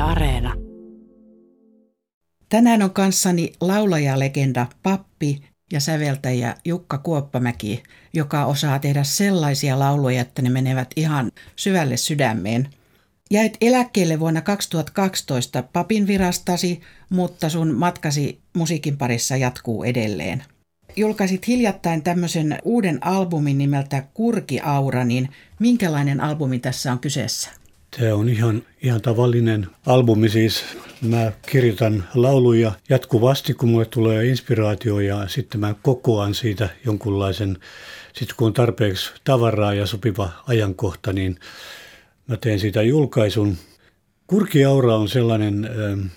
Areena. Tänään on kanssani laulajalegenda, pappi ja säveltäjä Jukka Kuoppamäki, joka osaa tehdä sellaisia lauluja, että ne menevät ihan syvälle sydämeen. Jäit eläkkeelle vuonna 2012 papin virastasi, mutta sun matkasi musiikin parissa jatkuu edelleen. Julkaisit hiljattain tämmöisen uuden albumin nimeltä Kurki-aura, niin minkälainen albumi tässä on kyseessä? Tämä on ihan tavallinen albumi siis. Mä kirjoitan lauluja jatkuvasti, kun mulle tulee inspiraatio ja sitten mä kokoan siitä jonkunlaisen, sitten kun on tarpeeksi tavaraa ja sopiva ajankohta, niin mä teen siitä julkaisun. Kurki-aura on sellainen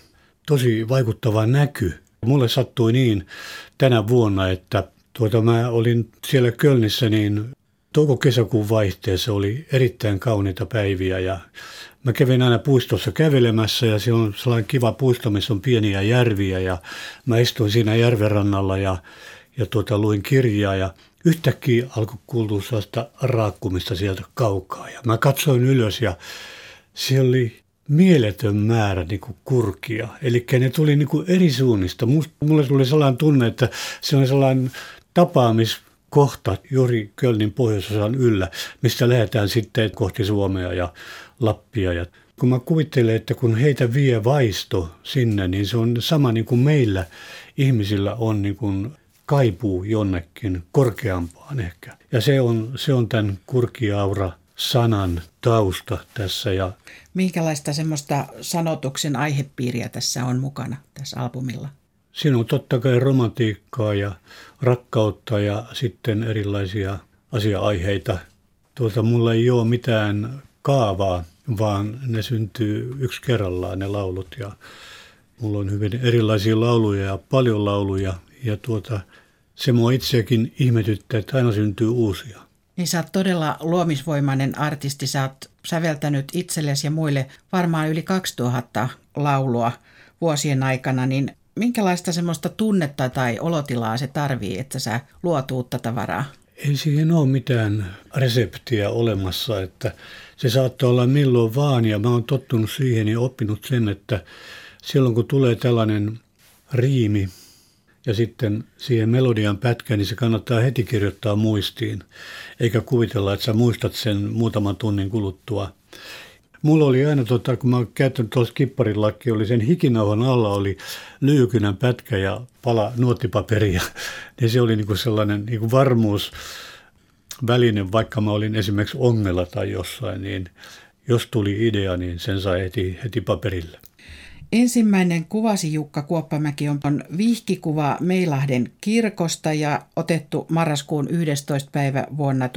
tosi vaikuttava näky. Mulle sattui niin tänä vuonna, että mä olin siellä Kölnissä niin touko-kesäkuun vaihteessa oli erittäin kauniita päiviä ja mä kävin aina puistossa kävelemässä ja se on sellainen kiva puisto, missä on pieniä järviä ja mä istuin siinä järvenrannalla ja luin kirjaa ja yhtäkkiä alkoi kuulua sellaista raakkumista sieltä kaukaa ja mä katsoin ylös ja siellä oli mieletön määrä niin kuin kurkia, eli ne tuli niin kuin eri suunnista. Mulle tuli sellainen tunne, että se on sellainen tapaamiskohta juuri Kölnin pohjoisosan yllä, mistä lähdetään sitten kohti Suomea ja Lappia. Ja kun mä kuvittelen, että kun heitä vie vaisto sinne, niin se on sama niin kuin meillä ihmisillä on niin kuin kaipuu jonnekin korkeampaan ehkä. Ja se on tämän Kurki-aura sanan tausta tässä. Ja minkälaista semmoista sanotuksen aihepiiriä tässä on mukana tässä albumilla? Siinä on totta kai romantiikkaa ja rakkautta ja sitten erilaisia asia-aiheita. Mulla ei ole mitään kaavaa, vaan ne syntyy yksi kerrallaan ne laulut. Ja mulla on hyvin erilaisia lauluja ja paljon lauluja. Ja se mua itseäkin ihmetyttää, että aina syntyy uusia. Niin sä oot todella luomisvoimainen artisti. Sä oot säveltänyt itsellesi ja muille varmaan yli 2000 laulua vuosien aikana. Niin minkälaista semmoista tunnetta tai olotilaa se tarvii, että sä luot uutta tavaraa? Ei siihen ole mitään reseptiä olemassa, että se saattaa olla milloin vaan. Ja mä oon tottunut siihen ja oppinut sen, että silloin kun tulee tällainen riimi, ja sitten siihen melodian pätkään, niin se kannattaa heti kirjoittaa muistiin, eikä kuvitella, että sä muistat sen muutaman tunnin kuluttua. Mulla oli aina, kun mä oon käyttänyt tuolla skipparillakin, oli sen hikinauhan alla oli lyykynän pätkä ja pala nuottipaperia. Niin se oli niinku sellainen niinku varmuusväline, vaikka mä olin esimerkiksi ongella tai jossain, niin jos tuli idea, niin sen sai heti paperille. Ensimmäinen kuvasi Jukka Kuoppamäki on vihkikuva Meilahden kirkosta ja otettu marraskuun 11. päivä vuonna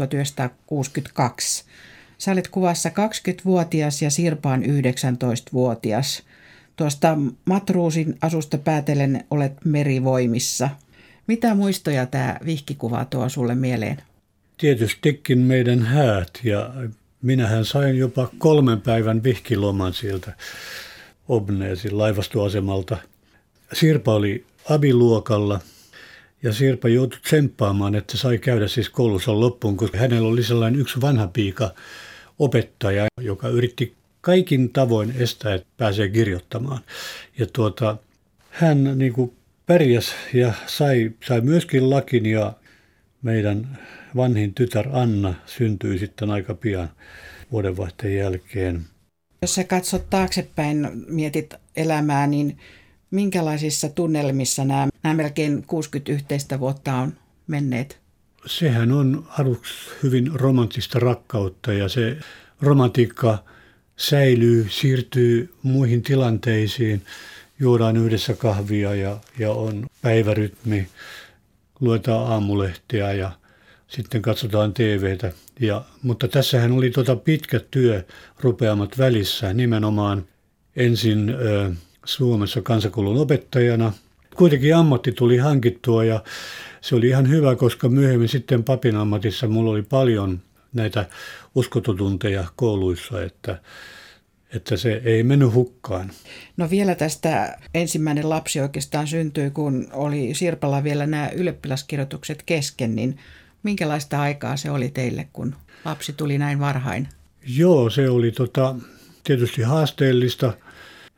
1962. Sä olet kuvassa 20-vuotias ja Sirpa on 19-vuotias. Tuosta Matruusin asusta päätellen olet merivoimissa. Mitä muistoja tämä vihkikuva tuo sulle mieleen? Tietystikin meidän häät ja minähän sain jopa 3 päivän vihkiloman sieltä Obneesin laivastoasemalta. Sirpa oli abiluokalla ja Sirpa joutui tsemppaamaan, että sai käydä siis koulussa loppuun, koska hänellä oli sellainen yksi vanha piika opettaja, joka yritti kaikin tavoin estää, että pääsee kirjoittamaan. Ja hän niin kuin pärjäsi ja sai myöskin lakin ja meidän vanhin tytär Anna syntyi sitten aika pian vuodenvaihteen jälkeen. Jos sä katsot taaksepäin, mietit elämää, niin minkälaisissa tunnelmissa nämä melkein 60 yhteistä vuotta on menneet? Sehän on aluksi hyvin romanttista rakkautta ja se romantiikka säilyy, siirtyy muihin tilanteisiin. Juodaan yhdessä kahvia ja on päivärytmi, luetaan aamulehteä ja sitten katsotaan TVtä. Mutta tässähän oli pitkä työ rupeamat välissä, nimenomaan ensin Suomessa kansakoulun opettajana. Kuitenkin ammatti tuli hankittua ja se oli ihan hyvä, koska myöhemmin sitten papin ammatissa mulla oli paljon näitä uskototunteja kouluissa, että se ei mennyt hukkaan. No vielä tästä ensimmäinen lapsi oikeastaan syntyi, kun oli Sirpalla vielä nämä ylioppilaskirjoitukset kesken, niin minkälaista aikaa se oli teille, kun lapsi tuli näin varhain? Joo, se oli tietysti haasteellista.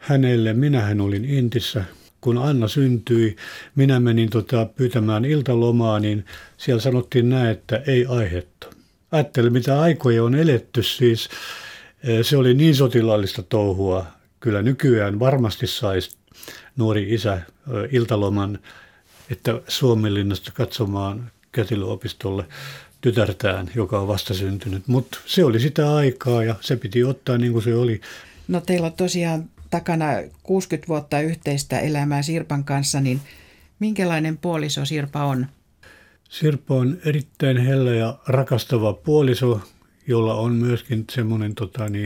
hänelle. Minähän olin Intissä. Kun Anna syntyi, minä menin pyytämään iltalomaa, niin siellä sanottiin näin, että ei aihetta. Ajattelin, mitä aikoja on eletty siis. Se oli niin sotilaallista touhua. Kyllä nykyään varmasti saisi nuori isä iltaloman, että Suomenlinnasta katsomaan kätilöopistolle tytärtään, joka on vastasyntynyt. Mutta se oli sitä aikaa ja se piti ottaa niin kuin se oli. No teillä on tosiaan takana 60 vuotta yhteistä elämää Sirpan kanssa, niin minkälainen puoliso Sirpa on? Sirpa on erittäin hellä ja rakastava puoliso, jolla on myöskin semmoinen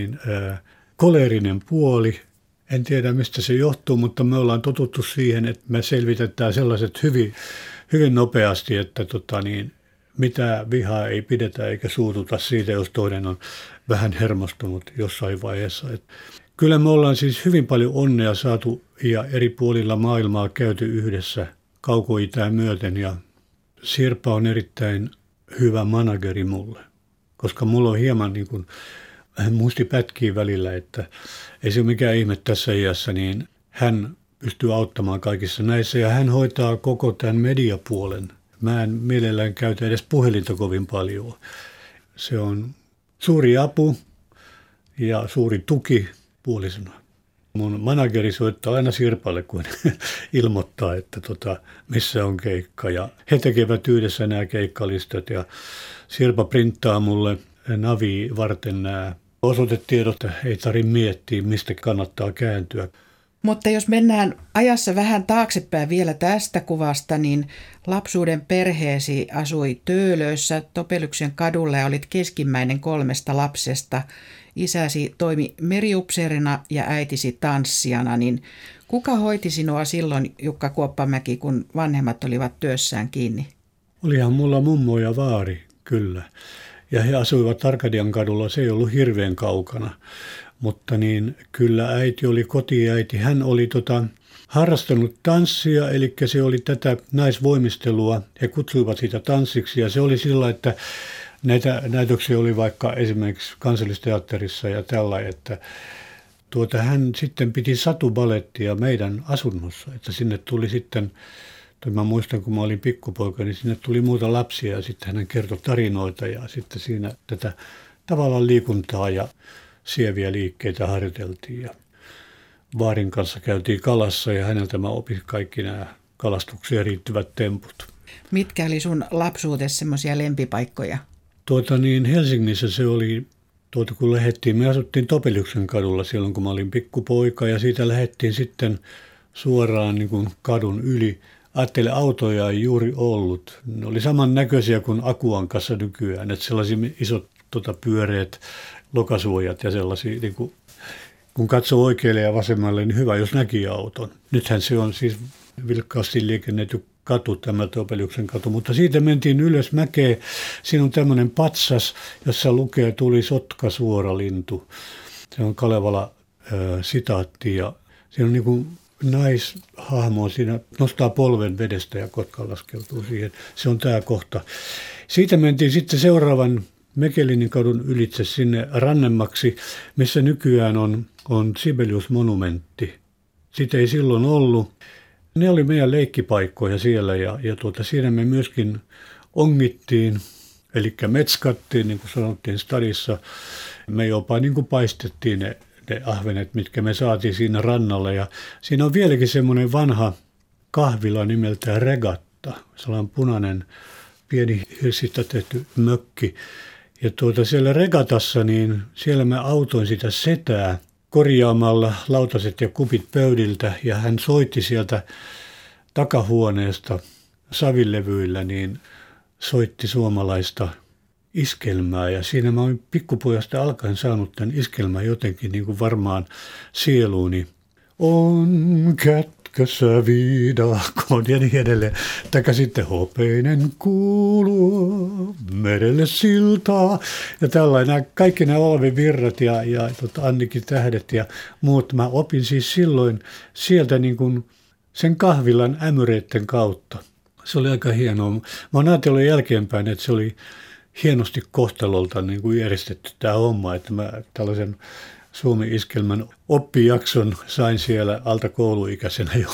koleerinen puoli. En tiedä mistä se johtuu, mutta me ollaan totuttu siihen, että me selvitetään sellaiset hyvin nopeasti, että mitä vihaa ei pidetä eikä suututa siitä, jos toinen on vähän hermostunut jossain vaiheessa. Kyllä me ollaan siis hyvin paljon onnea saatu ja eri puolilla maailmaa käyty yhdessä kaukoitään myöten ja Sirpa on erittäin hyvä manageri mulle, koska mulla on hieman niin kuin muisti pätkii välillä, että ei se ole mikään ihme tässä iässä, niin hän pystyy auttamaan kaikissa näissä ja hän hoitaa koko tämän mediapuolen. Mä en mielellään käytä edes puhelinta kovin paljon. Se on suuri apu ja suuri tuki puolisona. Mun manageri soittaa aina Sirpalle, kun ilmoittaa, että missä on keikka. Ja he tekevät yhdessä nämä keikkalistat ja Sirpa printtaa mulle Navi varten nämä osoitetiedot, että ei tarvitse miettiä, mistä kannattaa kääntyä. Mutta jos mennään ajassa vähän taaksepäin vielä tästä kuvasta, niin lapsuuden perheesi asui Töölössä Topelyksen kadulla ja olit keskimmäinen 3 lapsesta. Isäsi toimi meriupseerina ja äitisi tanssijana, niin kuka hoiti sinua silloin, Jukka Kuoppamäki, kun vanhemmat olivat työssään kiinni? Olihan mulla mummo ja vaari, kyllä. Ja he asuivat Arkadian kadulla, se ei ollut hirveän kaukana. Mutta niin kyllä äiti oli kotiäiti. Hän oli harrastanut tanssia, eli se oli tätä naisvoimistelua. He kutsuivat sitä tanssiksi ja se oli sillä, että näitä näytöksiä oli vaikka esimerkiksi Kansallisteatterissa ja tällä, että hän sitten piti satubalettia meidän asunnossa, että sinne tuli sitten, mä muistan kun mä olin pikkupoika, niin sinne tuli muuta lapsia ja sitten hän kertoi tarinoita ja sitten siinä tätä tavallaan liikuntaa ja sieviä liikkeitä harjoiteltiin ja vaarin kanssa käytiin kalassa ja häneltä mä opin kaikki nämä kalastukseen riittyvät temput. Mitkä oli sun lapsuudessa semmoisia lempipaikkoja? Helsingissä se oli, kun lähdettiin, me asuttiin Topelyksen kadulla silloin kun mä olin pikkupoika ja siitä lähdettiin sitten suoraan niin kuin kadun yli. Ajattelin, autoja ei juuri ollut. Ne oli samannäköisiä kuin Akuan kanssa nykyään, että sellaisia isot pyöreät lokasuojat ja sellaisia, niin kun katsoo oikealle ja vasemmalle, niin hyvä, jos näki auton. Nythän se on siis vilkkaasti liikennetty katu, tämä Topelyksen katu, mutta siitä mentiin ylös mäkeä. Siinä on tämmöinen patsas, jossa lukee tuli sotka suora lintu. Se on Kalevala sitaatti ja siinä on niin kuin naishahmo, siinä nostaa polven vedestä ja kotka laskeutuu siihen. Se on tämä kohta. Siitä mentiin sitten seuraavan Mekelinin kadun ylitse sinne rannemmaksi, missä nykyään on Sibelius-monumentti. Sitä ei silloin ollut. Ne oli meidän leikkipaikkoja siellä ja siinä me myöskin ongittiin, eli metskattiin, niin kuin sanottiin stadissa. Me jopa niin kuin paistettiin ne ahvenet, mitkä me saatiin siinä rannalla. Ja siinä on vieläkin semmoinen vanha kahvila nimeltään Regatta, sellainen punainen pieni hirsistä tehty mökki. Ja siellä Regatassa, niin siellä mä autoin sitä setää korjaamalla lautaset ja kupit pöydiltä ja hän soitti sieltä takahuoneesta savilevyillä, niin soitti suomalaista iskelmää ja siinä mä olin pikkupojasta alkaen saanut tämän iskelmän jotenkin niin kuin varmaan sieluuni. On kätkössä viidakon ja niin edelleen. Taikka sitten hopeinen kuuluu merelle siltaa ja tällainen. Kaikki nämä Olvi Virrat ja Annikin tähdet ja muut. Mä opin siis silloin sieltä niin kuin sen kahvilan ämyreiden kautta. Se oli aika hienoa. Mä oon ajatellut jälkeenpäin, että se oli hienosti kohtalolta niin kuin järjestetty tämä homma, että mä tällaisen Suomi-iskelmän oppijakson sain siellä alta kouluikäisenä jo.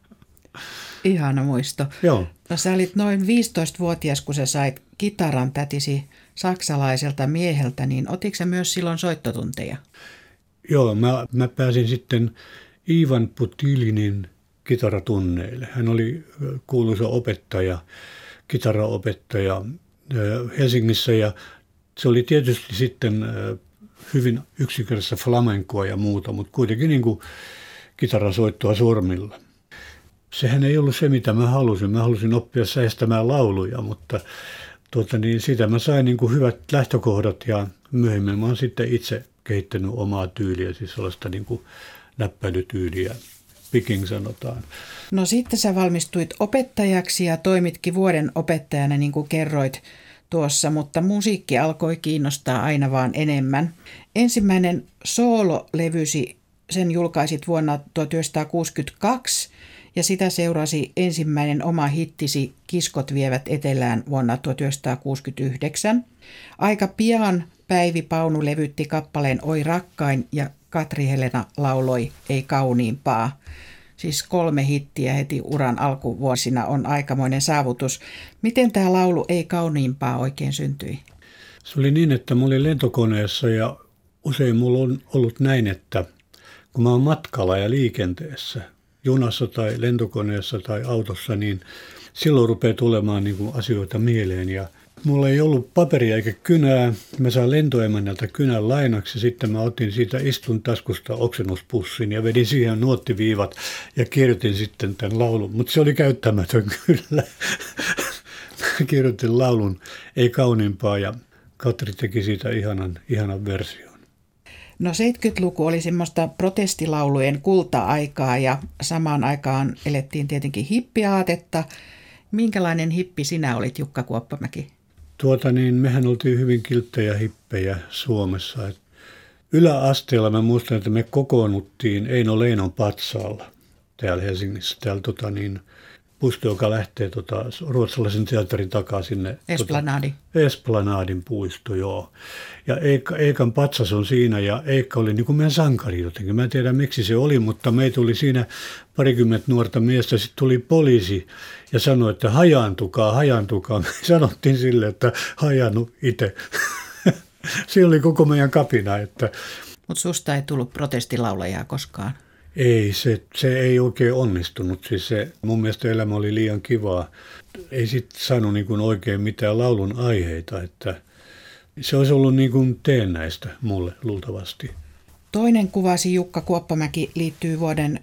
Ihana muisto. Joo. No sä olit noin 15-vuotias, kun sä sait kitaran tätisi saksalaiselta mieheltä, niin otitko sä myös silloin soittotunteja? Joo, mä pääsin sitten Ivan Putilinin kitaratunneille. Hän oli kuuluisa opettaja, kitaraopettaja Helsingissä ja se oli tietysti sitten hyvin yksinkertaista flamenkoa ja muuta, mutta kuitenkin niin kuin kitarasoittoa sormilla. Sehän ei ollut se, mitä mä halusin. Mä halusin oppia säestämään lauluja, mutta siitä mä sain niin kuin hyvät lähtökohdat ja myöhemmin mä oon sitten itse kehittänyt omaa tyyliä, siis sellaista niin kuin näppäilytyyliä, picking sanotaan. No sitten sä valmistuit opettajaksi ja toimitkin vuoden opettajana, niin kuin kerroit tuossa, mutta musiikki alkoi kiinnostaa aina vaan enemmän. Ensimmäinen soololevysi, sen julkaisit vuonna 1962 ja sitä seurasi ensimmäinen oma hittisi Kiskot vievät etelään vuonna 1969. Aika pian Päivi Paunu levytti kappaleen Oi rakkain ja Katri Helena lauloi Ei kauniimpaa. Siis 3 hittiä heti uran alkuvuosina on aikamoinen saavutus. Miten tämä laulu Ei kauniimpaa oikein syntyi? Se oli niin, että mä olin lentokoneessa ja usein mulla on ollut näin, että kun mä oon matkalla ja liikenteessä, junassa tai lentokoneessa tai autossa, niin silloin rupeaa tulemaan niin kuin asioita mieleen. Ja mulla ei ollut paperia eikä kynää. Mä sain lentoemännältä kynän lainaksi. Sitten mä otin siitä istun taskusta oksennuspussin ja vedin siihen nuottiviivat ja kirjoitin sitten tämän laulun. Mutta se oli käyttämätön kyllä. Kirjoitin laulun Ei kauniimpaa ja Katri teki siitä ihanan version. No 70-luku oli semmoista protestilaulujen kulta-aikaa ja samaan aikaan elettiin tietenkin hippiaatetta. Minkälainen hippi sinä olit, Jukka Kuoppamäki? Mehän oltiin hyvin kilttejä hippejä Suomessa. Yläasteella mä muistan, että me kokoonnuttiin Eino Leinon patsaalla täällä Helsingissä. Täällä puisto, joka lähtee ruotsalaisen teatterin takaa sinne. Esplanadi. Esplanadin puisto, joo. Ja Eikan patsas on siinä ja Eikka oli niin kuin meidän sankari jotenkin. Mä en tiedä miksi se oli, mutta meitä tuli siinä 20 nuorta miestä. Sitten tuli poliisi ja sanoi, että hajaantukaa. Me sanottiin sille, että hajannu itse. Se oli koko meidän kapina. Mutta susta ei tullut protestilaulajaa koskaan? Ei, se ei oikein onnistunut. Siis mun mielestä elämä oli liian kivaa. Ei sitten saanut niin kuin oikein mitään laulun aiheita. Että se olisi ollut niin kuin teennäistä mulle luultavasti. Toinen kuvasi, Jukka Kuoppamäki, liittyy vuoden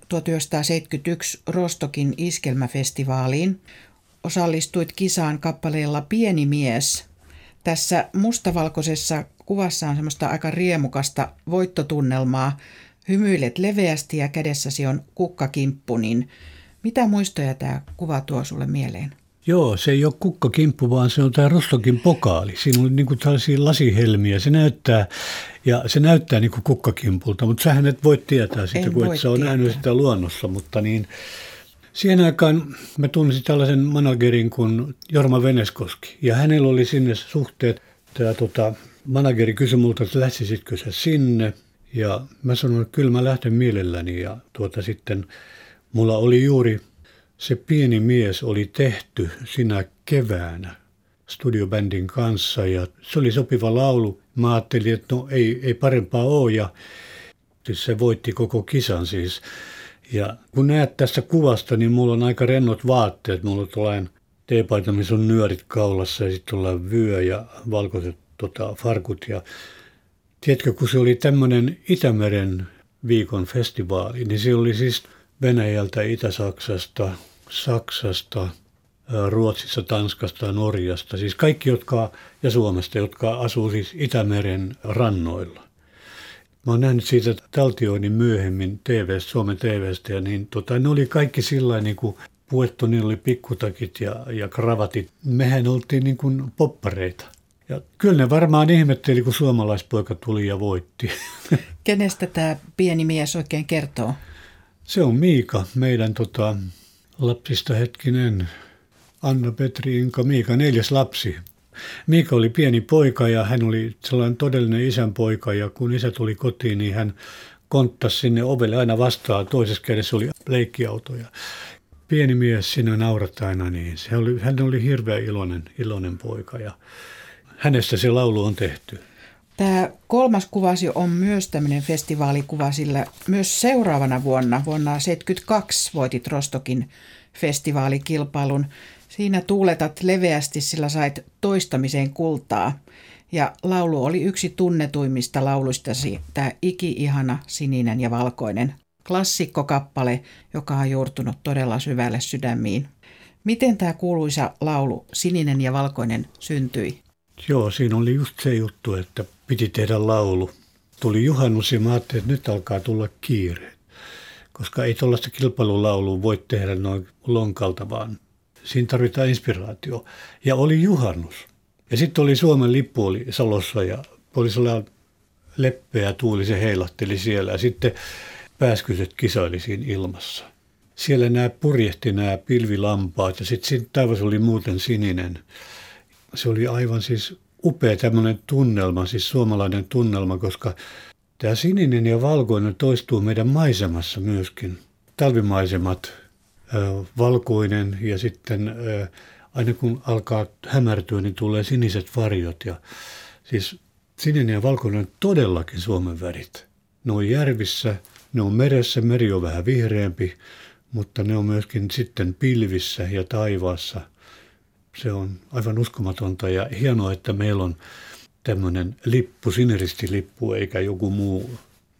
1971 Rostokin iskelmäfestivaaliin. Osallistuit kisaan kappaleella Pieni mies. Tässä mustavalkoisessa kuvassa on semmoista aika riemukasta voittotunnelmaa. Hymyilet leveästi ja kädessäsi on kukkakimppu, niin mitä muistoja tämä kuva tuo sulle mieleen? Joo, se ei ole kukkakimppu, vaan se on tämä Rostokin pokaali. Siinä on niin kuin tällaisia lasihelmiä. Se näyttää niin kuin kukkakimpulta, mutta sähän et voi tietää sitä, kun et sä ole nähnyt sitä luonnossa. Mutta siihen aikaan mä tunsin tällaisen managerin kuin Jorma Veneskoski. Ja hänellä oli sinne suhteet. Tämä manageri kysyi multa, että lähtisitkö sä sinne? Ja mä sanoin, että kyllä mä lähden mielelläni ja sitten mulla oli juuri se Pieni mies oli tehty sinä keväänä studiobändin kanssa ja se oli sopiva laulu. Mä ajattelin, että no ei parempaa ole ja siis se voitti koko kisan siis. Ja kun näet tästä kuvasta, niin mulla on aika rennot vaatteet. Mulla on tuollainen teepaita, missä on nyörit kaulassa ja sitten ollaan vyö ja valkoiset farkut ja tiedätkö, kun se oli tämmöinen Itämeren viikon festivaali, niin se oli siis Venäjältä, Itä-Saksasta, Saksasta, Ruotsista, Tanskasta, Norjasta, siis kaikki ja Suomesta, jotka asuu siis Itämeren rannoilla. Mä oon nähnyt siitä taltioinnin myöhemmin Suomen TV:stä ja ne oli kaikki sillain niin kuin puettu, niillä oli pikkutakit ja kravatit. Mehän oltiin niin kuin poppareita. Ja kyllä ne varmaan ihmetteli, kun suomalaispoika tuli ja voitti. Kenestä tämä Pieni mies oikein kertoo? Se on Miika, meidän lapsista hetkinen. Anna, Petri, Inka, Miika, 4. lapsi. Miika oli pieni poika ja hän oli sellainen todellinen isänpoika ja kun isä tuli kotiin, niin hän konttasi sinne ovelle aina vastaan. Toisessa kädessä oli leikkiauto ja pieni mies sinne nauratti aina, niin hän oli hirveän iloinen poika ja hänestä se laulu on tehty. Tämä kolmas kuvasi on myös tämmöinen festivaalikuva, sillä myös seuraavana vuonna 1972 voitit Rostokin festivaalikilpailun. Siinä tuuletat leveästi, sillä sait toistamiseen kultaa. Ja laulu oli yksi tunnetuimmista lauluistasi, tämä Iki-ihana sininen ja valkoinen. Klassikkokappale, joka on juurtunut todella syvälle sydämiin. Miten tämä kuuluisa laulu Sininen ja valkoinen syntyi? Joo, siinä oli just se juttu, että piti tehdä laulu. Tuli juhannus ja mä ajattelin, että nyt alkaa tulla kiire. Koska ei tuollaista kilpailulaulua voi tehdä noin lonkalta, vaan siinä tarvitaan inspiraatio. Ja oli juhannus. Ja sitten oli Suomen lippu oli Salossa ja oli sellainen leppeä tuuli, se heilahteli siellä. Ja sitten pääskyset kisaili siinä ilmassa. Siellä purjehti nämä pilvilampaat ja sitten taivas oli muuten sininen. Se oli aivan siis upea tämmöinen tunnelma, siis suomalainen tunnelma, koska tämä sininen ja valkoinen toistuu meidän maisemassa myöskin. Talvimaisemat, valkoinen ja sitten aina kun alkaa hämärtyä, niin tulee siniset varjot. Ja siis sininen ja valkoinen on todellakin Suomen värit. Ne on järvissä, ne on meressä, meri on vähän vihreämpi, mutta ne on myöskin sitten pilvissä ja taivaassa. Se on aivan uskomatonta ja hienoa, että meillä on tämmöinen lippu, siniristilippu eikä joku muu.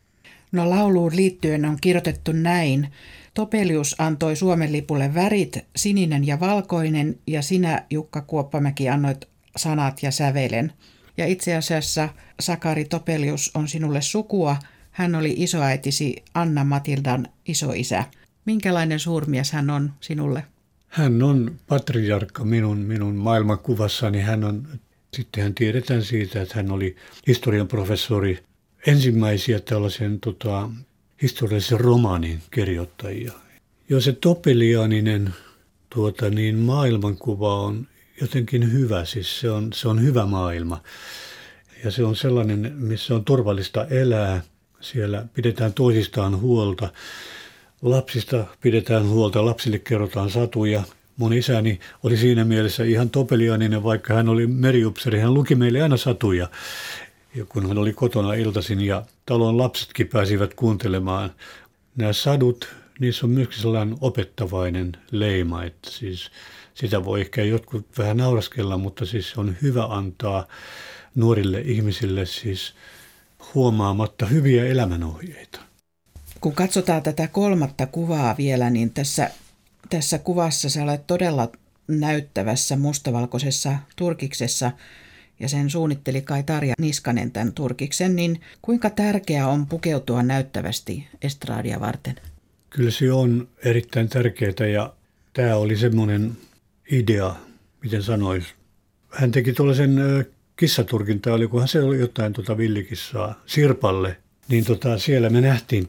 No lauluun liittyen on kirjoitettu näin. Topelius antoi Suomen lipulle värit sininen ja valkoinen ja sinä Jukka Kuoppamäki annoit sanat ja sävelen. Ja itse asiassa Sakari Topelius on sinulle sukua. Hän oli isoäitisi Anna Matildan isoisä. Minkälainen suurmies hän on sinulle? Hän on patriarkka minun maailmankuvassani. Sittenhän tiedetään siitä, että hän oli historian professori, ensimmäisiä tällaisen historiallisen romaanin kirjoittajia. Jo se topeliaaninen maailmankuva on jotenkin hyvä, siis se on hyvä maailma. Ja se on sellainen, missä on turvallista elää, siellä pidetään toisistaan huolta. Lapsista pidetään huolta, lapsille kerrotaan satuja. Mun isäni oli siinä mielessä ihan topeliaaninen, vaikka hän oli meriupseeri. Hän luki meille aina satuja, kun hän oli kotona iltaisin ja talon lapsetkin pääsivät kuuntelemaan. Nämä sadut, niissä on myöskin sellainen opettavainen leima, että siis sitä voi ehkä jotkut vähän nauraskella, mutta siis on hyvä antaa nuorille ihmisille siis huomaamatta hyviä elämänohjeita. Kun katsotaan tätä kolmatta kuvaa vielä, niin tässä kuvassa sä olet todella näyttävässä mustavalkoisessa turkiksessa ja sen suunnitteli kai Tarja Niskanen tämän turkiksen, niin kuinka tärkeää on pukeutua näyttävästi estraadia varten? Kyllä se on erittäin tärkeää ja tämä oli semmoinen idea, miten sanoisi. Hän teki tuollaisen kissaturkin, tai olikohan se oli jotain villikissaa Sirpalle, niin siellä me nähtiin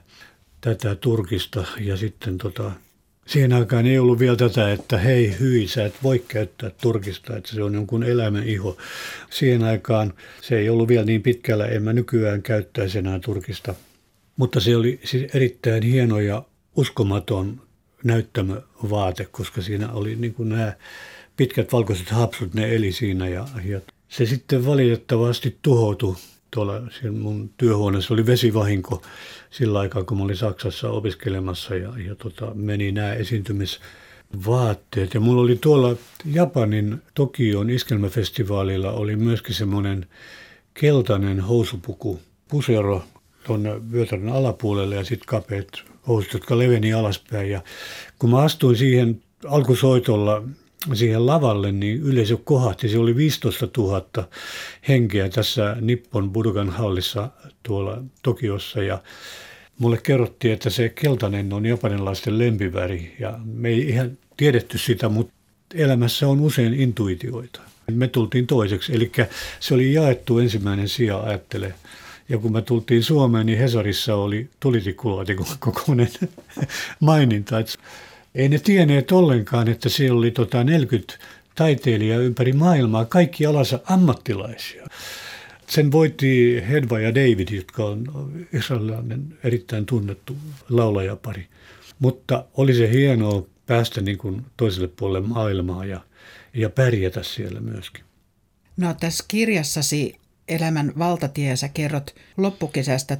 tätä turkista ja sitten siihen aikaan ei ollut vielä tätä, että hei hyi, sä et voi käyttää turkista, että se on jonkun eläimen iho. Siihen aikaan se ei ollut vielä niin pitkällä, en mä nykyään käyttäisi enää turkista. Mutta se oli siis erittäin hieno ja uskomaton näyttämövaate, koska siinä oli niin kuin nämä pitkät valkoiset hapsut, ne eli siinä ja se sitten valitettavasti tuhoutui. Tuolla mun työhuoneessa oli vesivahinko sillä aikaa, kun mä olin Saksassa opiskelemassa ja meni nämä esiintymisvaatteet. Ja mulla oli tuolla Japanin Tokion iskelmäfestivaalilla oli myöskin semmoinen keltainen housupuku, pusero tuonne vyötärön alapuolelle ja sitten kapeat housut, jotka leveni alaspäin. Ja kun mä astuin siihen alkusoitolla siihen lavalle, niin yleisö kohahti. Se oli 15 000 henkeä tässä Nippon Budokan hallissa tuolla Tokiossa. Ja mulle kerrottiin, että se keltainen on japanilaisten lempiväri. Ja me ei ihan tiedetty sitä, mutta elämässä on usein intuitioita. Me tultiin toiseksi, eli se oli jaettu ensimmäinen sija, ajattele. Ja kun me tultiin Suomeen, niin Hesarissa oli tulitikulaatikon kokoinen maininta. Ei ne tienneet ollenkaan, että siellä oli 40 taiteilijoita ympäri maailmaa, kaikki alansa ammattilaisia. Sen voitti Hedva ja David, jotka on israelilainen erittäin tunnettu laulajapari. Mutta oli se hienoa päästä niin kuin toiselle puolelle maailmaa ja pärjätä siellä myöskin. No tässä kirjassasi Elämän valtatie sä kerrot loppukesästä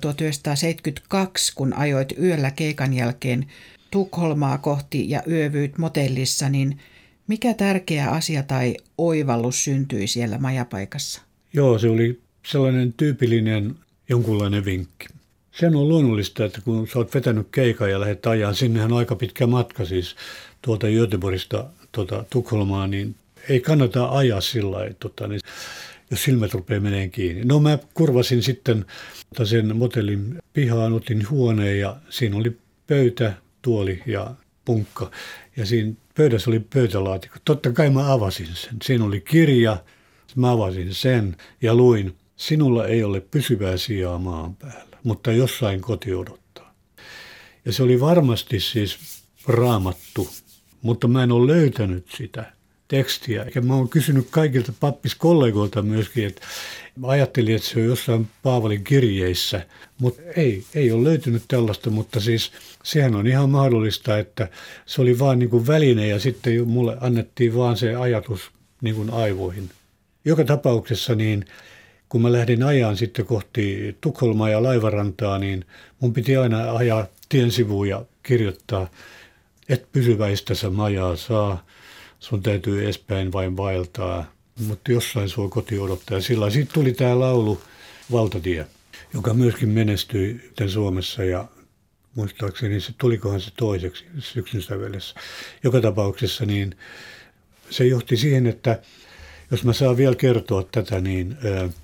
1972, kun ajoit yöllä keikan jälkeen Tukholmaa kohti ja yövyit motellissa, niin mikä tärkeä asia tai oivallus syntyi siellä majapaikassa? Joo, se oli sellainen tyypillinen jonkunlainen vinkki. Sen on luonnollista, että kun sä oot vetänyt keikan ja lähdet ajaa, sinnehän on aika pitkä matka siis tuolta Göteborgista Tukholmaan, niin ei kannata ajaa sillä lailla, niin jos silmät rupeaa meneen kiinni. No mä kurvasin sitten sen motellin pihaan, otin huoneen ja siinä oli pöytä, tuoli ja punkka. Ja siinä pöydässä oli pöytälaatikko. Totta kai mä avasin sen. Siinä oli kirja, mä avasin sen ja luin. Sinulla ei ole pysyvää sijaa maan päällä, mutta jossain koti odottaa. Ja se oli varmasti siis Raamattu, mutta mä en ole löytänyt sitä tekstiä. Ja mä oon kysynyt kaikilta pappiskollegoilta myöskin, että mä ajattelin, että se on jossain Paavalin kirjeissä, mutta ei ole löytynyt tällaista, mutta siis sehän on ihan mahdollista, että se oli vaan niin kuin väline ja sitten mulle annettiin vaan se ajatus niin kuin aivoihin. Joka tapauksessa niin kun mä lähdin ajaan sitten kohti Tukholmaa ja laivarantaa, niin mun piti aina ajaa tien sivuun ja kirjoittaa, et pysyväistänsä majaa saa, sun täytyy edespäin vain vaeltaa, mutta jossain sua koti odottaa. Sillä siitä tuli tämä laulu Valtatie, joka myöskin menestyi Suomessa ja muistaakseni tulikohan se toiseksi syksyn sävelessä. Joka tapauksessa niin se johti siihen, että jos mä saan vielä kertoa tätä, niin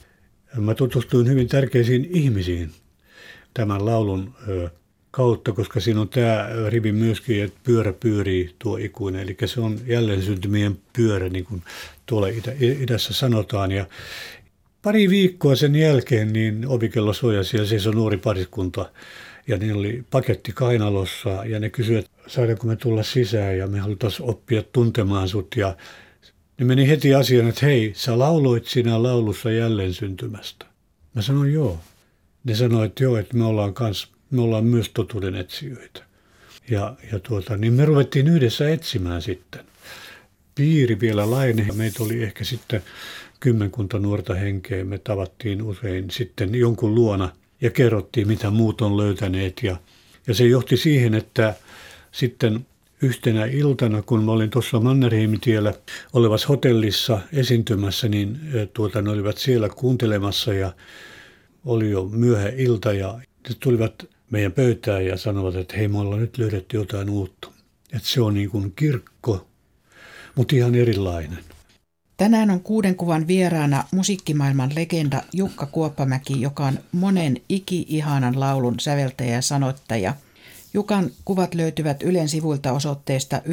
mä tutustuin hyvin tärkeisiin ihmisiin tämän laulun kautta, koska siinä on tämä rivi myöskin, että pyörä pyörii tuo ikuinen. Eli se on jälleen syntymien pyörä, niin kuin tuolla idässä sanotaan. Ja pari viikkoa sen jälkeen niin ovikello suojasi ja seisoi nuori pariskunta. Ja niillä oli paketti kainalossa ja ne kysyivät, että saadaanko me tulla sisään ja me halutaan oppia tuntemaan sut. Ja ne meni heti asiaan, että hei, sä lauloit siinä laulussa jälleen syntymästä. Mä sanoin joo. Ne sanoivat, että joo, että me ollaan myös totuuden etsijöitä. Niin me ruvettiin yhdessä etsimään sitten. Piiri vielä laajeni. Meitä oli ehkä sitten 10 nuorta henkeä. Me tavattiin usein sitten jonkun luona ja kerrottiin, mitä muut on löytäneet. Ja se johti siihen, että sitten yhtenä iltana, kun mä olin tuossa Mannerheimitiellä olevassa hotellissa esiintymässä, niin ne olivat siellä kuuntelemassa ja oli jo myöhä ilta ja ne tulivat meidän pöytään ja sanovat, että hei, me ollaan nyt löydetty jotain uutta. Että se on niin kuin kirkko, mutta ihan erilainen. Tänään on 6 kuvan vieraana musiikkimaailman legenda Jukka Kuoppamäki, joka on monen iki-ihanan laulun säveltäjä ja sanottaja. Jukan kuvat löytyvät Ylen sivuilta osoitteesta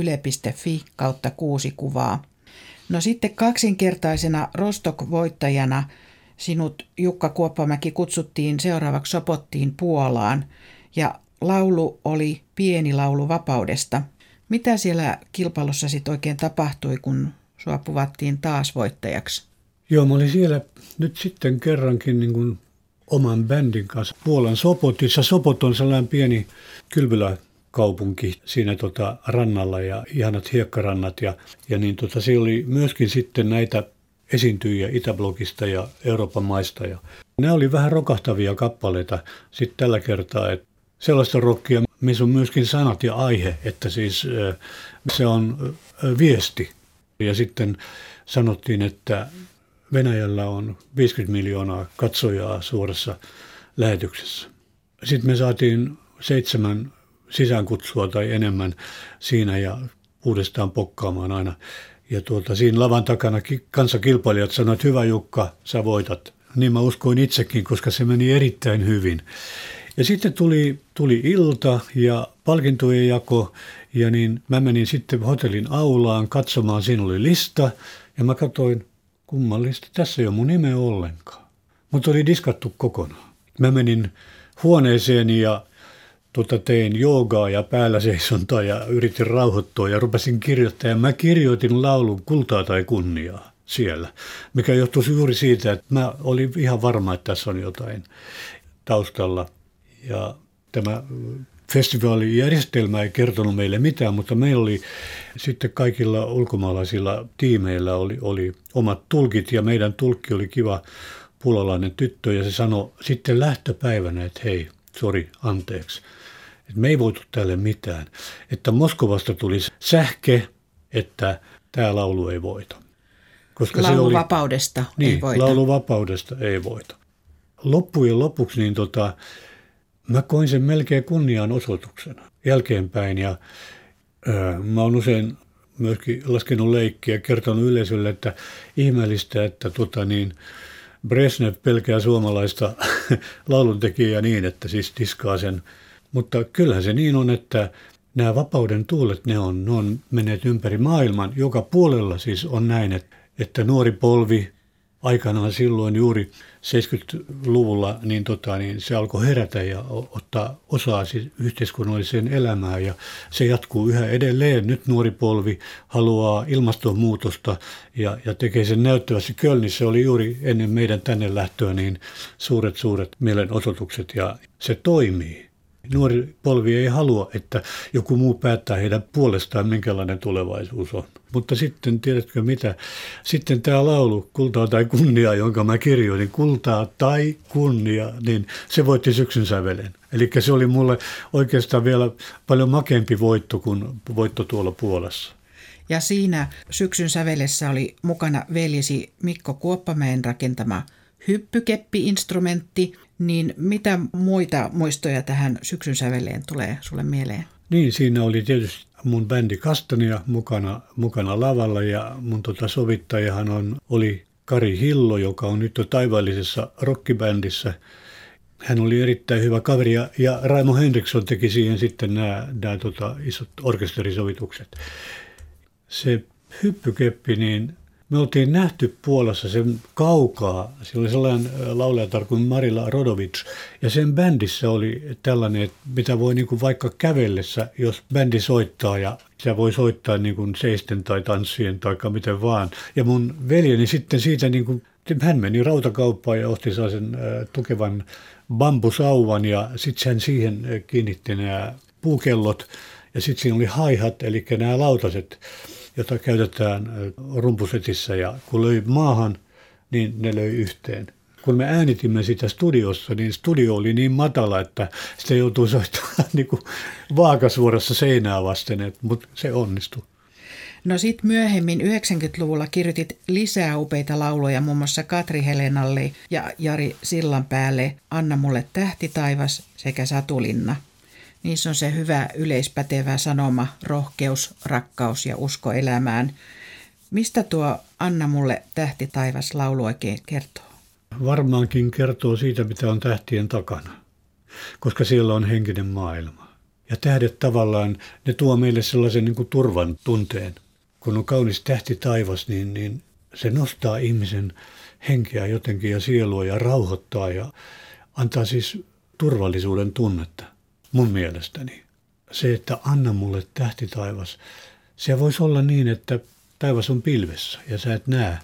yle.fi/6 kuvaa. No sitten kaksinkertaisena Rostock-voittajana sinut, Jukka Kuoppamäki, kutsuttiin seuraavaksi Sopottiin Puolaan ja laulu oli Pieni laulu vapaudesta. Mitä siellä kilpailussa sitten oikein tapahtui, kun sua puvattiin taas voittajaksi? Joo, mä olin siellä nyt sitten kerrankin niin kuin oman bändin kanssa Puolan Sopotissa. Sopot on sellainen pieni kylpyläkaupunki siinä rannalla ja ihanat hiekkarannat. Ja niin siellä oli myöskin sitten näitä esiintyjiä Itäblogista ja Euroopan maista. Ja nämä oli vähän rokahtavia kappaleita sitten tällä kertaa, että sellaista rockia, missä on myöskin sanat ja aihe, että siis se on viesti. Ja sitten sanottiin, että Venäjällä on 50 miljoonaa katsojaa suorassa lähetyksessä. Sitten me saatiin 7 sisäänkutsua tai enemmän siinä ja uudestaan pokkaamaan aina. Ja siinä lavan takana kanssakilpailijat sanoivat, että hyvä Jukka, sä voitat. Niin mä uskoin itsekin, koska se meni erittäin hyvin. Ja sitten tuli ilta ja palkintojen jako ja niin mä menin sitten hotellin aulaan katsomaan, siinä oli lista ja mä katsoin, kummallista, tässä ei ole mun nimeä ollenkaan. Mutta oli diskattu kokonaan. Mä menin huoneeseen ja tein joogaa ja päällä seisontaa ja yritin rauhoittua ja rupesin kirjoittamaan. Mä kirjoitin laulun Kultaa tai kunniaa siellä, mikä johtui juuri siitä, että mä olin ihan varma, että tässä on jotain taustalla. Ja tämä festivaalijärjestelmä ei kertonut meille mitään, mutta meillä oli sitten kaikilla ulkomaalaisilla tiimeillä oli omat tulkit ja meidän tulkki oli kiva puolalainen tyttö ja se sanoi sitten lähtöpäivänä, että hei, sori, anteeksi, että me ei voitu tälle mitään, että Moskovasta tuli sähke, että tämä laulu ei voita. Koska lauluvapaudesta ei voita. Lauluvapaudesta ei voita. Loppujen lopuksi niin mä koin sen melkein kunnianosoituksena jälkeenpäin ja mä oon usein myöskin laskenut leikkiä ja kertonut yleisölle, että ihmeellistä, että Brezhnev pelkää suomalaista lauluntekijää niin, että siis diskaa sen. Mutta kyllähän se niin on, että nämä vapauden tuulet, ne on menneet ympäri maailman. Joka puolella siis on näin, että nuori polvi aikanaan silloin juuri 70-luvulla niin se alkoi herätä ja ottaa osaa siis yhteiskunnalliseen elämään ja se jatkuu yhä edelleen. Nyt nuori polvi haluaa ilmastonmuutosta ja tekee sen näyttävästi. Kölnissä oli juuri ennen meidän tänne lähtöä niin suuret mielenosoitukset ja se toimii. Nuori polvi ei halua, että joku muu päättää heidän puolestaan, minkälainen tulevaisuus on. Mutta sitten, tiedätkö mitä, sitten tämä laulu, Kultaa tai kunniaa, jonka mä kirjoitin, Kultaa tai kunnia, niin se voitti Syksyn sävelen. Eli se oli mulle oikeastaan vielä paljon makeampi voitto kuin voitto tuolla Puolassa. Ja siinä Syksyn sävelessä oli mukana veljesi Mikko Kuoppamäen rakentama hyppykeppi-instrumentti, niin mitä muita muistoja tähän Syksyn säveleen tulee sulle mieleen? Niin, siinä oli tietysti mun bändi Kastania mukana lavalla ja mun sovittajahan oli Kari Hillo, joka on nyt taivaallisessa rockibändissä. Hän oli erittäin hyvä kaveri ja Raimo Henriksson teki siihen sitten nämä isot orkesterisovitukset. Se hyppykeppi, niin me oltiin nähty Puolassa sen kaukaa. Siellä oli sellainen laulajatar kuin Marila Rodovic. Ja sen bändissä oli tällainen, että mitä voi vaikka kävellessä, jos bändi soittaa ja sitä voi soittaa seisten tai tanssien tai miten vaan. Ja mun veljeni sitten siitä, hän meni rautakauppaan ja osti sen tukevan bambusauvan ja sitten hän siihen kiinnitti nämä puukellot. Ja sitten siinä oli hi-hat, eli nämä lautaset, jota käytetään rumpusetissä ja kun löi maahan, niin ne löi yhteen. Kun me äänitimme sitä studiossa, niin studio oli niin matala, että sitä joutui soittamaan vaakasuorassa seinää vasten, mutta se onnistui. No sitten myöhemmin 90-luvulla kirjoitit lisää upeita lauluja muun muassa Katri Helenalle ja Jari Sillanpäälle, Anna mulle tähti taivas sekä Satulinna. Niissä on se hyvä yleispätevä sanoma, rohkeus, rakkaus ja usko elämään. Mistä tuo Anna mulle tähti taivas laulu oikein kertoo? Varmaankin kertoo siitä, mitä on tähtien takana, koska siellä on henkinen maailma. Ja tähdet tavallaan, ne tuo meille sellaisen turvan tunteen. Kun on kaunis tähti taivas, niin se nostaa ihmisen henkeä jotenkin ja sielua ja rauhoittaa ja antaa siis turvallisuuden tunnetta. Mun mielestäni se, että anna mulle tähti taivas, se voisi olla niin, että taivas on pilvessä ja sä et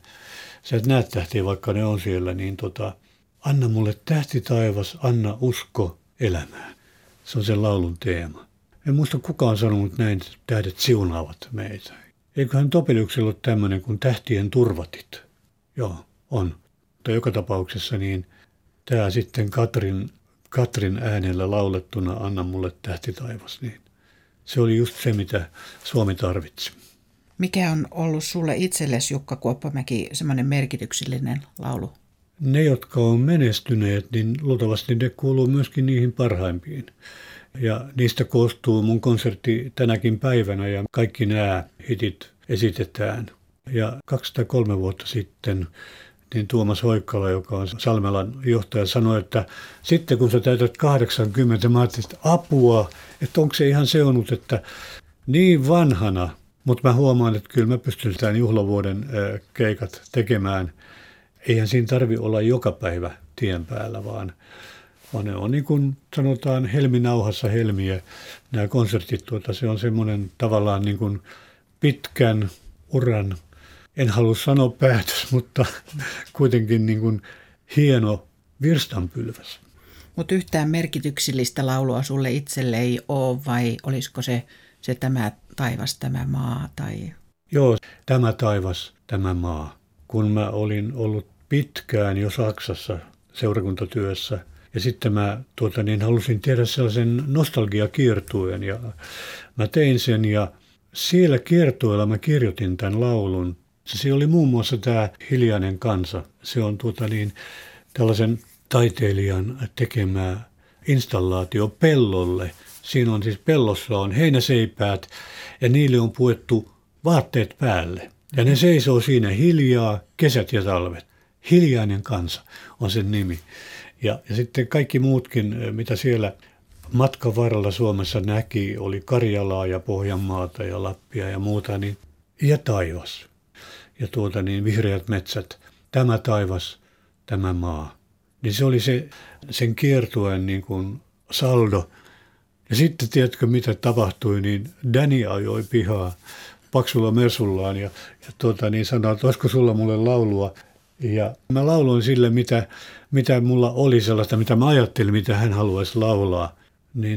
näe tähtiä, vaikka ne on siellä, niin anna mulle tähti taivas, anna usko elämään. Se on sen laulun teema. En muista kukaan sanonut näin, että tähdet siunaavat meitä. Eiköhän Topeliuksella ole tämmöinen kuin tähtien turvatit. Joo, on. Mutta joka tapauksessa niin tämä sitten Katrin äänellä laulettuna Anna mulle tähti taivas, niin se oli just se, mitä Suomi tarvitsi. Mikä on ollut sulle itsellesi, Jukka Kuoppamäki, semmoinen merkityksellinen laulu? Ne, jotka on menestyneet, niin luultavasti ne kuuluu myöskin niihin parhaimpiin. Ja niistä koostuu mun konsertti tänäkin päivänä ja kaikki nämä hitit esitetään. Ja 203 vuotta sitten niin Tuomas Hoikkala, joka on Salmelan johtaja, sanoi, että sitten kun sä täytät 80, mä ajattelin, että apua, että onko se ihan seunut, että niin vanhana, mutta mä huomaan, että kyllä mä pystyn tämän juhlavuoden keikat tekemään. Eihän siinä tarvi olla joka päivä tien päällä, vaan vaan ne on niin kuin sanotaan helminauhassa helmiä. Nämä konsertit, se on semmoinen tavallaan niin kuin pitkän uran, en halua sanoa päätös, mutta kuitenkin niin kuin hieno virstanpylväs. Mutta yhtään merkityksellistä laulua sulle itselle ei ole, vai olisiko se tämä taivas, tämä maa? Tai... Joo, tämä taivas, tämä maa. Kun mä olin ollut pitkään jo Saksassa seurakuntatyössä, ja sitten mä halusin tehdä sellaisen nostalgiakiertueen, ja mä tein sen, ja siellä kiertueella mä kirjoitin tämän laulun. Se oli muun muassa tämä Hiljainen kansa. Se on tällaisen taiteilijan tekemää installaatio pellolle. Siinä on siis pellossa on heinäseipäät ja niille on puettu vaatteet päälle. Ja ne seisoo siinä hiljaa kesät ja talvet. Hiljainen kansa on sen nimi. Ja sitten kaikki muutkin, mitä siellä matkan varrella Suomessa näki, oli Karjalaa ja Pohjanmaata ja Lappia ja muuta, niin, ja taivas. Ja vihreät metsät, tämä taivas, tämä maa. Niin se oli sen kiertueen niin kuin saldo. Ja sitten tiedätkö mitä tapahtui, niin Danny ajoi pihaa paksulla mersullaan ja sanoi, että olisiko sulla mulle laulua. Ja mä lauloin sille, mitä mulla oli sellaista, mitä mä ajattelin, mitä hän haluaisi laulaa. Niin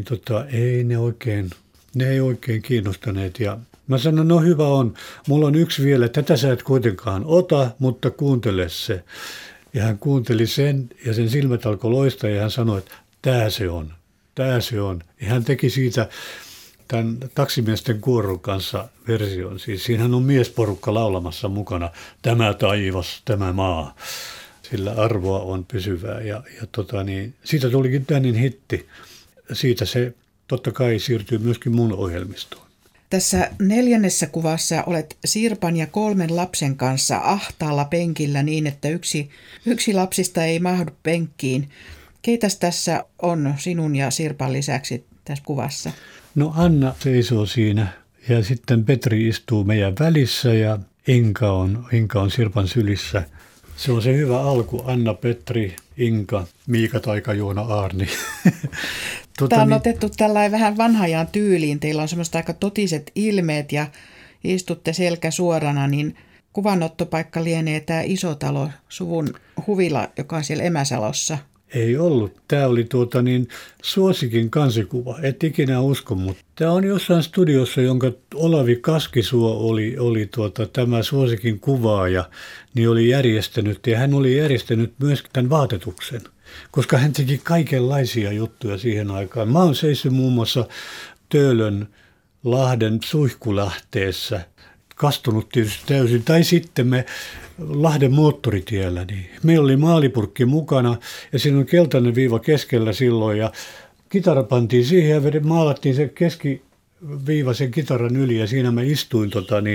ne ei oikein kiinnostaneet. Ja mä sanoin, no hyvä on, mulla on yksi vielä, tätä sä et kuitenkaan ota, mutta kuuntele se. Ja hän kuunteli sen ja sen silmät alkoi loistaa ja hän sanoi, että tää se on. Ja hän teki siitä tämän taksimiesten kuoron kanssa version. Siis siinähän on miesporukka laulamassa mukana, tämä taivas, tämä maa. Sillä arvoa on pysyvää. Ja siitä tulikin Danin hitti. Siitä se totta kai siirtyy myöskin mun ohjelmistoon. Tässä 4. kuvassa olet Sirpan ja 3 lapsen kanssa ahtaalla penkillä niin, että yksi lapsista ei mahdu penkkiin. Keitäs tässä on sinun ja Sirpan lisäksi tässä kuvassa? No Anna seisoo siinä ja sitten Petri istuu meidän välissä ja Inka on Sirpan sylissä. Se on se hyvä alku. Anna, Petri, Inka, Miika, Taika, Joona, Aarni. Tämä on otettu tällainen vähän vanhaajan tyyliin. Teillä on semmoista aika totiset ilmeet ja istutte selkä suorana, niin kuvanottopaikka lienee tämä iso talo, suvun huvila, joka on siellä Emäsalossa. Ei ollut. Tämä oli Suosikin kansikuva. Et ikinä usko, mutta tämä on jossain studiossa, jonka Olavi Kaskisuo oli tämä Suosikin kuvaaja, niin oli järjestänyt. Ja hän oli järjestänyt myös tämän vaatetuksen, koska hän teki kaikenlaisia juttuja siihen aikaan. Mä oon seissyt muun muassa Töölön Lahden Suihkulähteessä, kastunut tietysti täysin, tai sitten me Lahden moottoritiellä, niin meillä oli maalipurkki mukana ja siinä on keltainen viiva keskellä silloin ja kitara pantiin siihen ja maalattiin se keskiviiva sen kitaran yli ja siinä mä istuin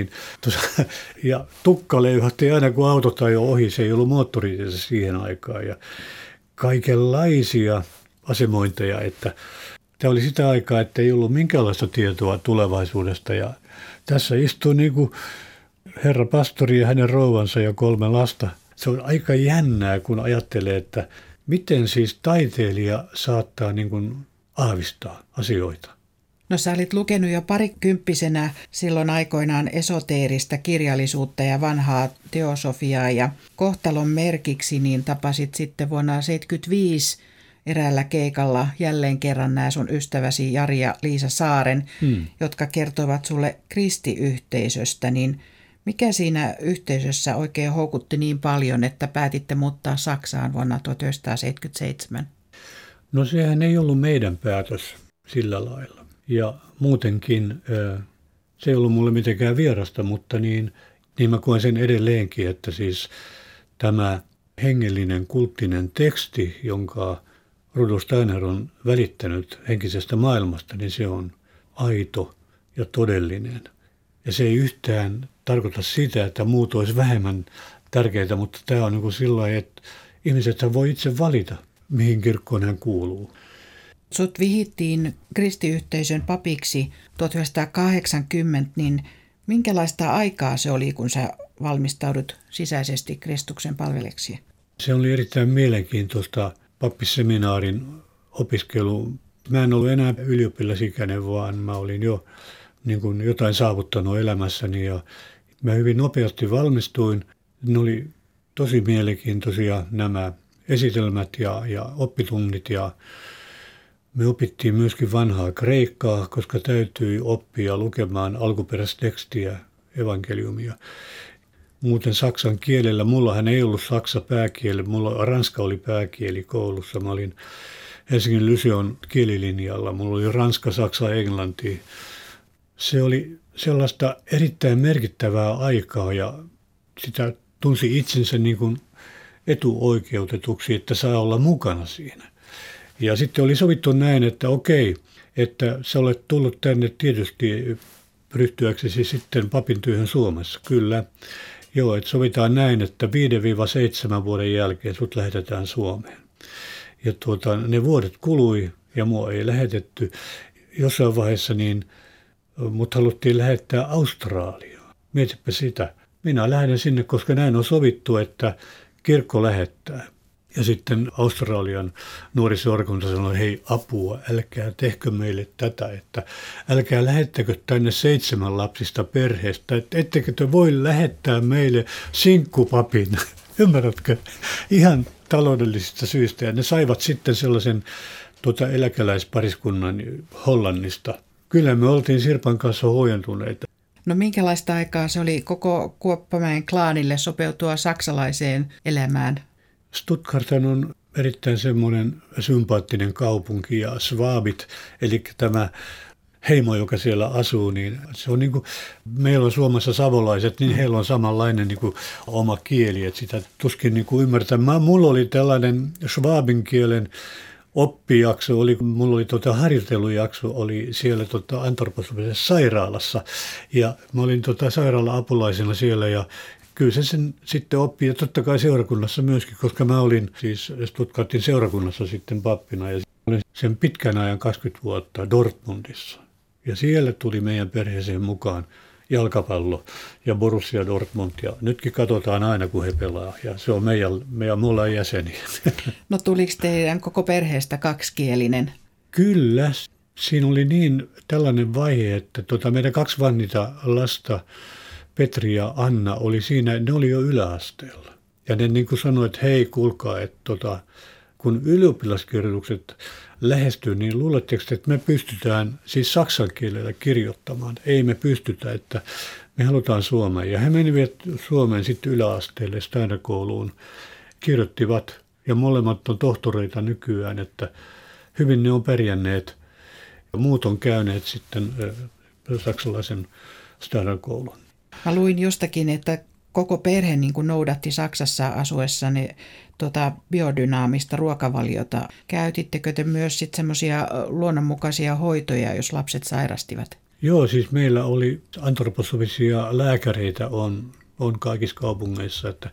ja tukka löyhätti aina kun autot ajoi ohi, se ei ollut moottoritietä siihen aikaan ja kaikenlaisia asemointeja, että tämä oli sitä aikaa, että ei ollut minkäänlaista tietoa tulevaisuudesta ja tässä istui herra pastori ja hänen rouvansa ja 3 lasta. Se on aika jännää, kun ajattelee, että miten siis taiteilija saattaa aavistaa asioita. No sä olit lukenut jo parikymppisenä silloin aikoinaan esoteerista kirjallisuutta ja vanhaa teosofiaa ja kohtalon merkiksi niin tapasit sitten vuonna 1975 eräällä keikalla jälleen kerran nämä sun ystäväsi Jari ja Liisa Saaren, jotka kertoivat sulle kristiyhteisöstä, niin mikä siinä yhteisössä oikein houkutti niin paljon, että päätitte muuttaa Saksaan vuonna 1977? No sehän ei ollut meidän päätös sillä lailla. Ja muutenkin se ei ollut mulle mitenkään vierasta, mutta niin mä koen sen edelleenkin, että siis tämä hengellinen kulttinen teksti, jonka Rudolf Steiner on välittänyt henkisestä maailmasta, niin se on aito ja todellinen. Ja se ei yhtään tarkoita sitä, että muut olisi vähemmän tärkeitä, mutta tämä on sillä lailla, että ihmiset voi itse valita, mihin kirkkoon hän kuuluu. Sut vihittiin kristiyhteisön papiksi 1980, niin minkälaista aikaa se oli, kun sä valmistaudut sisäisesti Kristuksen palvelijaksi? Se oli erittäin mielenkiintoista pappisseminaarin opiskelu. Mä en ollut enää ylioppilasikäinen, vaan mä olin jo niin kuin jotain saavuttanut elämässäni ja mä hyvin nopeasti valmistuin. Ne oli tosi mielenkiintoisia nämä esitelmät ja oppitunnit ja me opittiin myöskin vanhaa kreikkaa, koska täytyi oppia lukemaan alkuperäistä tekstiä, evankeliumia. Muuten saksan kielellä, mullahan ei ollut saksa pääkieli, mulla ranska oli pääkieli koulussa. Mä olin Helsingin Lyseon kielilinjalla, mulla oli ranska, saksa, englanti. Se oli sellaista erittäin merkittävää aikaa ja sitä tunsi itsensä niin kuin etuoikeutetuksi, että saa olla mukana siinä. Ja sitten oli sovittu näin, että okei, että sä olet tullut tänne tietysti ryhtyäksesi sitten papin työhön Suomessa. Kyllä. Joo, että sovitaan näin, että 5-7 vuoden jälkeen sut lähetetään Suomeen. Ja ne vuodet kului ja mua ei lähetetty. Jossain vaiheessa mut haluttiin lähettää Australiaan. Mietipä sitä. Minä lähden sinne, koska näin on sovittu, että kirkko lähettää. Ja sitten Australian nuoriseurakunta sanoi, hei apua, älkää tehkö meille tätä, että älkää lähettäkö tänne 7 lapsista perheestä, että ettekö te voi lähettää meille sinkkupapin, ymmärrätkö, ihan taloudellisista syistä. Ja ne saivat sitten sellaisen eläkeläispariskunnan Hollannista. Kyllä me oltiin Sirpan kanssa huojentuneita. No minkälaista aikaa se oli koko Kuoppamäen klaanille sopeutua saksalaiseen elämään? Stuttgart on erittäin semmoinen sympaattinen kaupunki ja Schwabit, eli tämä heimo, joka siellä asuu, niin se on niin kuin, meillä on Suomessa savolaiset, niin heillä on samanlainen niin kuin oma kieli, että sitä tuskin niin kuin ymmärtää. Mulla oli tällainen Schwabin kielen oppijakso, mulla oli harjoittelujakso, oli siellä antroposofisessa sairaalassa ja mä olin sairaala-apulaisena siellä ja kyllä sen sitten oppii ja totta kai seurakunnassa myöskin, koska mä olin siis Stuttgartin seurakunnassa sitten pappina ja olin sen pitkän ajan 20 vuotta Dortmundissa. Ja siellä tuli meidän perheeseen mukaan jalkapallo ja Borussia Dortmund ja nytkin katsotaan aina kun he pelaa ja se on mulla jäseniä. No tuliko teidän koko perheestä kaksikielinen? Kyllä, siinä oli tällainen vaihe, että meidän 2 vanhinta lasta Petri ja Anna oli siinä, ne oli jo yläasteella. Ja ne niin kuin sanoi, että hei kuulkaa, että kun ylioppilaskirjoitukset lähestyy, niin luuletteko, että me pystytään siis saksan kielellä kirjoittamaan? Ei me pystytä, että me halutaan Suomeen. Ja he menivät Suomeen sitten yläasteelle Steinerkouluun, kirjoittivat ja molemmat on tohtoreita nykyään, että hyvin ne on pärjänneet. Muut on käyneet sitten saksalaisen Steinerkoulun. Mä luin jostakin, että koko perhe niin kuin noudatti Saksassa asuessanne biodynaamista ruokavaliota. Käytittekö te myös sitten semmoisia luonnonmukaisia hoitoja, jos lapset sairastivat? Joo, siis meillä oli antroposofisia lääkäreitä on kaikissa kaupungeissa. Että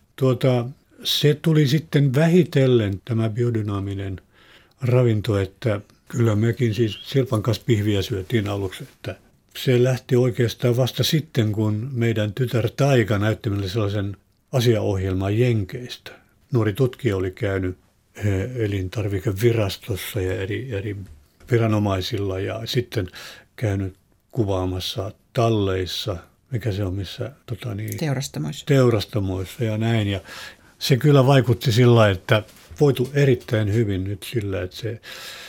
se tuli sitten vähitellen tämä biodynaaminen ravinto, että kyllä mekin siis Sirpan kanssa pihviä syötiin aluksi, että se lähti oikeastaan vasta sitten, kun meidän tytär Taika näytti meille sellaisen asiaohjelman Jenkeistä. Nuori tutkija oli käynyt elintarvikevirastossa ja eri viranomaisilla ja sitten käynyt kuvaamassa talleissa, mikä se on missä teurastamoissa ja näin. Ja se kyllä vaikutti sillä, että voitu erittäin hyvin nyt sillä, että se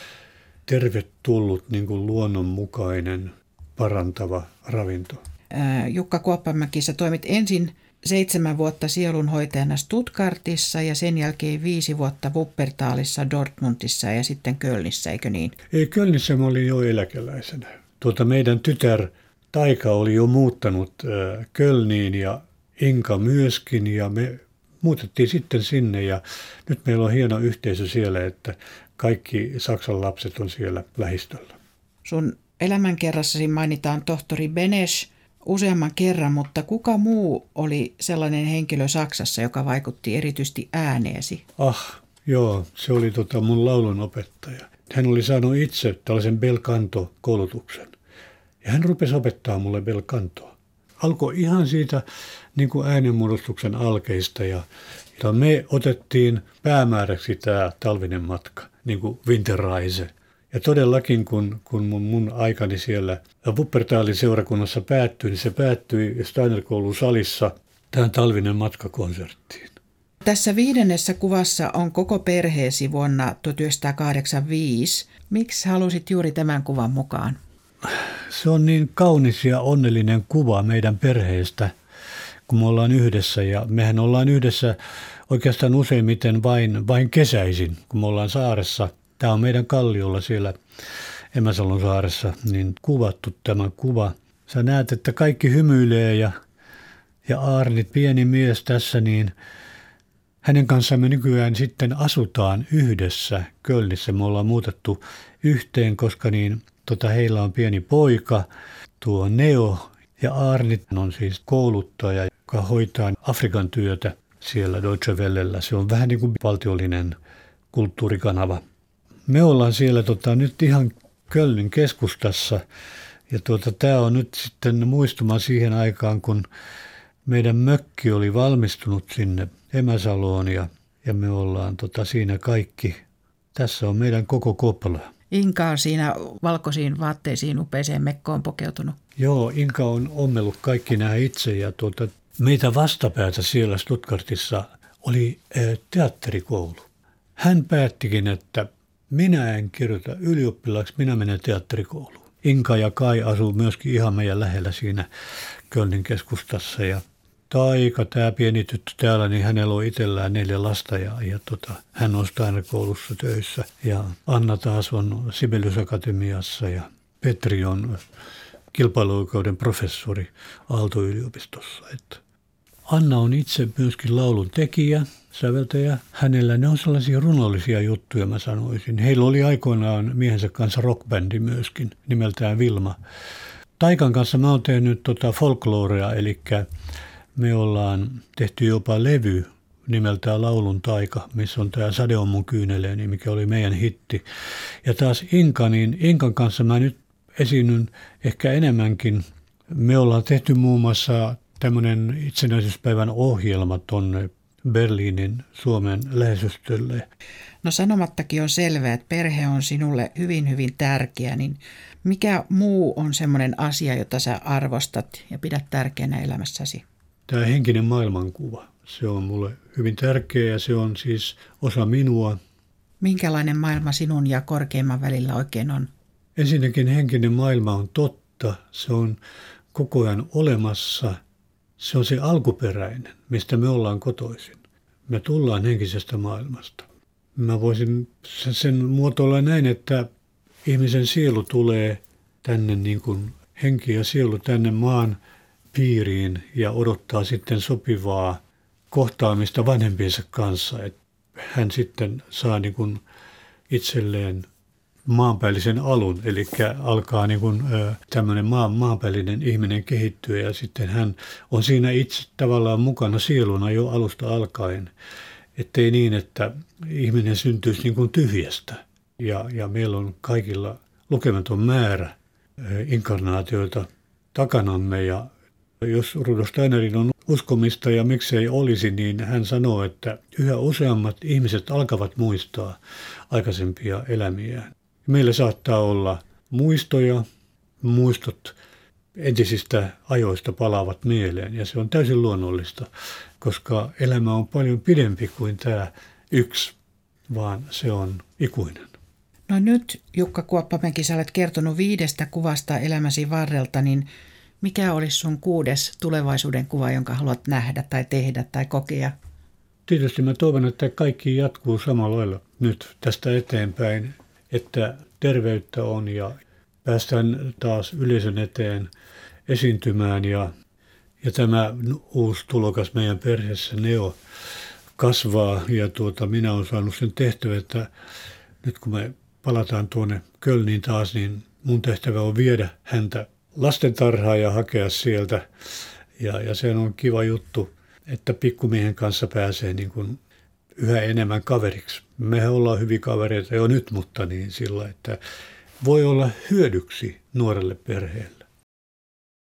tervetullut niin kuin luonnonmukainen parantava ravinto. Jukka Kuoppamäki, sä toimit ensin 7 vuotta sielunhoitajana Stuttgartissa ja sen jälkeen 5 vuotta Wuppertalissa, Dortmundissa ja sitten Kölnissä, eikö niin? Ei, Kölnissä mä olin jo eläkeläisenä. Meidän tytär Taika oli jo muuttanut Kölniin ja Inka myöskin ja me muutettiin sitten sinne ja nyt meillä on hieno yhteisö siellä, että kaikki Saksan lapset on siellä lähistöllä. Sun elämänkerrassasi mainitaan tohtori Benesch useamman kerran, mutta kuka muu oli sellainen henkilö Saksassa, joka vaikutti erityisesti ääneesi? Joo, se oli mun laulun opettaja. Hän oli saanut itse tällaisen bel canto-koulutuksen ja hän rupesi opettaa mulle bel cantoa. Alkoi ihan siitä niin kuin äänenmuodostuksen alkeista ja me otettiin päämääräksi tämä talvinen matka. niin kuin Winterreise. Ja todellakin, kun mun aikani siellä Wuppertalin seurakunnassa päättyi, niin se päättyi Steiner-koulun salissa tähän talvinen matkakonserttiin. Tässä 5. kuvassa on koko perheesi vuonna 1985. Miksi halusit juuri tämän kuvan mukaan? Se on niin kaunis ja onnellinen kuva meidän perheestä, kun me ollaan yhdessä. Ja mehän ollaan yhdessä oikeastaan useimmiten vain kesäisin, kun me ollaan saaressa. Tämä on meidän kalliolla siellä Emäsalon saaressa, niin kuvattu tämä kuva. Sä näet, että kaikki hymyilee ja Arnit, pieni mies tässä, niin hänen kanssaan me nykyään sitten asutaan yhdessä Kölnissä. Me ollaan muutettu yhteen, koska heillä on pieni poika, tuo Neo, ja Arnit on siis kouluttaja, joka hoitaa Afrikan työtä siellä Deutsche Wellellä. Se on vähän niin kuin valtiollinen kulttuurikanava. Me ollaan siellä nyt ihan Kölnin keskustassa, ja tämä on nyt sitten muistuma siihen aikaan, kun meidän mökki oli valmistunut sinne Emäsaloon, ja me ollaan siinä kaikki. Tässä on meidän koko kopla. Inka on siinä valkoisiin vaatteisiin upeeseen mekkoon pukeutunut. Joo, Inka on ommellut kaikki nämä itse, ja meitä vastapäätä siellä Stuttgartissa oli teatterikoulu. Hän päättikin, että minä en kirjoita ylioppilaaksi, minä menen teatterikouluun. Inka ja Kai asuu myöskin ihan meidän lähellä siinä Kölnin keskustassa, ja Taika, tämä pieni tyttö täällä, niin hänellä on itsellään 4 lasta ja hän on Steiner-koulussa töissä. Ja Anna taas on Sibelius Akatemiassa ja Petri on kilpailuoikeuden professori Aalto-yliopistossa. Anna on itse myöskin laulun tekijä, säveltäjä. Hänellä ne on sellaisia runollisia juttuja, mä sanoisin. Heillä oli aikoinaan miehensä kanssa rockbändi myöskin, nimeltään Vilma. Taikan kanssa mä oon tehnyt folklorea, eli me ollaan tehty jopa levy nimeltään Laulun taika, missä on tämä Sade on mun kyyneleeni, mikä oli meidän hitti. Ja taas Inka, niin Inkan kanssa mä nyt esiinnyn ehkä enemmänkin. Me ollaan tehty muun muassa tämmöinen itsenäisyyspäivän ohjelma tonne Berliinin Suomen lähetystölle. No sanomattakin on selvää, että perhe on sinulle hyvin, hyvin tärkeä, niin mikä muu on semmoinen asia, jota sä arvostat ja pidät tärkeänä elämässäsi? Tämä henkinen maailmankuva, se on mulle hyvin tärkeä ja se on siis osa minua. Minkälainen maailma sinun ja korkeimman välillä oikein on? Ensinnäkin henkinen maailma on totta, se on koko ajan olemassa. Se on se alkuperäinen, mistä me ollaan kotoisin. Me tullaan henkisestä maailmasta. Mä voisin sen muotoilla näin, että ihmisen sielu tulee tänne niin kuin henki ja sielu tänne maan piiriin ja odottaa sitten sopivaa kohtaamista vanhempiensa kanssa. Että hän sitten saa niin kuin itselleen maanpäällisen alun, eli alkaa niin kuin tämmöinen maanpäällinen ihminen kehittyä ja sitten hän on siinä itse tavallaan mukana sieluna jo alusta alkaen. Ettei niin, että ihminen syntyisi niin kuin tyhjästä. Ja meillä on kaikilla lukematon määrä inkarnaatioita takanamme. Ja jos Rudolf Steinerin on uskomista ja miksei olisi, niin hän sanoo, että yhä useammat ihmiset alkavat muistaa aikaisempia elämiään. Meillä saattaa olla muistoja, muistot entisistä ajoista palaavat mieleen ja se on täysin luonnollista, koska elämä on paljon pidempi kuin tämä yksi, vaan se on ikuinen. No nyt Jukka Kuoppamäki, sä olet kertonut 5 kuvasta elämäsi varrelta, niin mikä olisi sun 6. tulevaisuuden kuva, jonka haluat nähdä tai tehdä tai kokea? Tietysti mä toivon, että kaikki jatkuu samalla lailla nyt tästä eteenpäin, että terveyttä on ja päästään taas yleisön eteen esiintymään ja tämä uusi tulokas meidän perheessä Neo kasvaa ja minä olen saanut sen tehtävä, että nyt kun me palataan tuonne Kölniin taas, niin mun tehtävä on viedä häntä lastentarhaan ja hakea sieltä ja se on kiva juttu, että pikkumiehen kanssa pääsee niin kuin yhä enemmän kaveriksi. Mehän ollaan hyviä kavereita jo nyt, mutta niin sillä, että voi olla hyödyksi nuorelle perheelle.